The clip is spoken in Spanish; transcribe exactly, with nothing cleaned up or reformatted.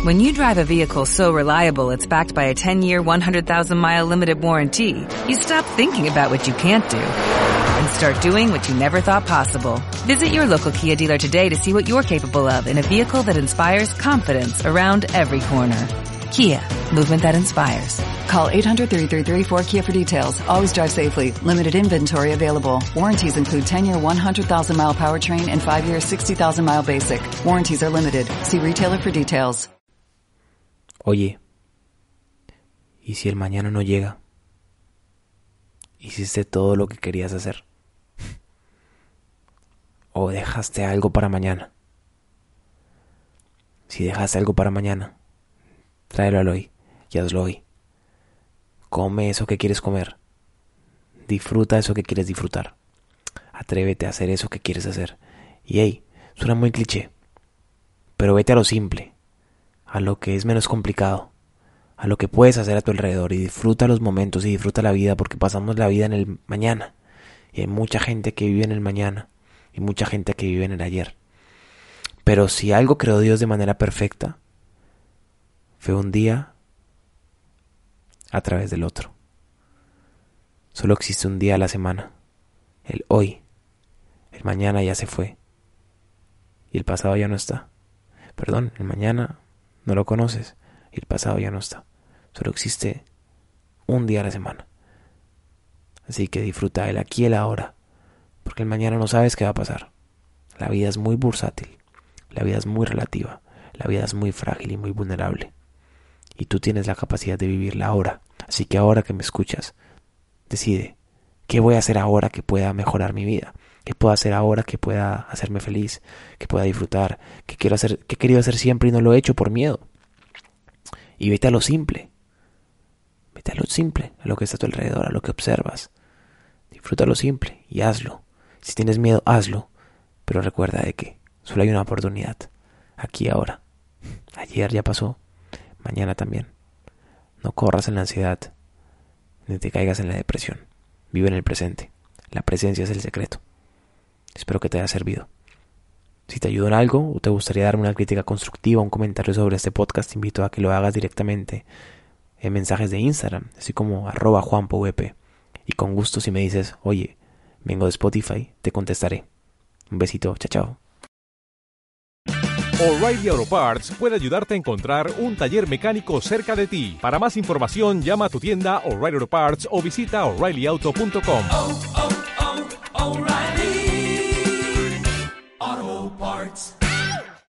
When you drive a vehicle so reliable it's backed by a ten-year, one hundred thousand mile limited warranty, you stop thinking about what you can't do and start doing what you never thought possible. Visit your local Kia dealer today to see what you're capable of in a vehicle that inspires confidence around every corner. Kia, movement that inspires. Call eight hundred, three three three, four K I A for details. Always drive safely. Limited inventory available. Warranties include ten-year, one hundred thousand mile powertrain and five-year, sixty thousand mile basic. Warranties are limited. See retailer for details. Oye, ¿y si el mañana no llega? ¿Hiciste todo lo que querías hacer? ¿O dejaste algo para mañana? Si dejaste algo para mañana, tráelo al hoy y hazlo hoy. Come eso que quieres comer. Disfruta eso que quieres disfrutar. Atrévete a hacer eso que quieres hacer. Y hey, suena muy cliché, pero vete a lo simple, a lo que es menos complicado, a lo que puedes hacer a tu alrededor, y disfruta los momentos y disfruta la vida, porque pasamos la vida en el mañana. Y hay mucha gente que vive en el mañana y mucha gente que vive en el ayer. Pero si algo creó Dios de manera perfecta, fue un día a través del otro. Solo existe un día a la semana, el hoy. El mañana ya se fue y el pasado ya no está. Perdón, el mañana no lo conoces y el pasado ya no está. Solo existe un día a la semana. Así que disfruta el aquí y el ahora, porque el mañana no sabes qué va a pasar. La vida es muy bursátil, la vida es muy relativa, la vida es muy frágil y muy vulnerable. Y tú tienes la capacidad de vivirla ahora. Así que ahora que me escuchas, decide, ¿qué voy a hacer ahora que pueda mejorar mi vida? ¿Qué puedo hacer ahora que pueda hacerme feliz? ¿Qué pueda disfrutar? ¿Qué quiero hacer? ¿Qué he querido hacer siempre y no lo he hecho por miedo? Y vete a lo simple. Vete a lo simple, a lo que está a tu alrededor, a lo que observas. Disfruta lo simple y hazlo. Si tienes miedo, hazlo. Pero recuerda de que solo hay una oportunidad. Aquí y ahora. Ayer ya pasó. Mañana también. No corras en la ansiedad, ni te caigas en la depresión. Vive en el presente. La presencia es el secreto. Espero que te haya servido. Si te ayudó en algo o te gustaría darme una crítica constructiva o un comentario sobre este podcast, te invito a que lo hagas directamente en mensajes de Instagram, así como arroba juanpovp. Y con gusto, si me dices, oye, vengo de Spotify, te contestaré. Un besito, chao, chao. O'Reilly Auto Parts puede ayudarte a encontrar un taller mecánico cerca de ti. Para más información, llama a tu tienda O'Reilly Auto Parts o visita O'Reilly Auto punto com. Oh, oh.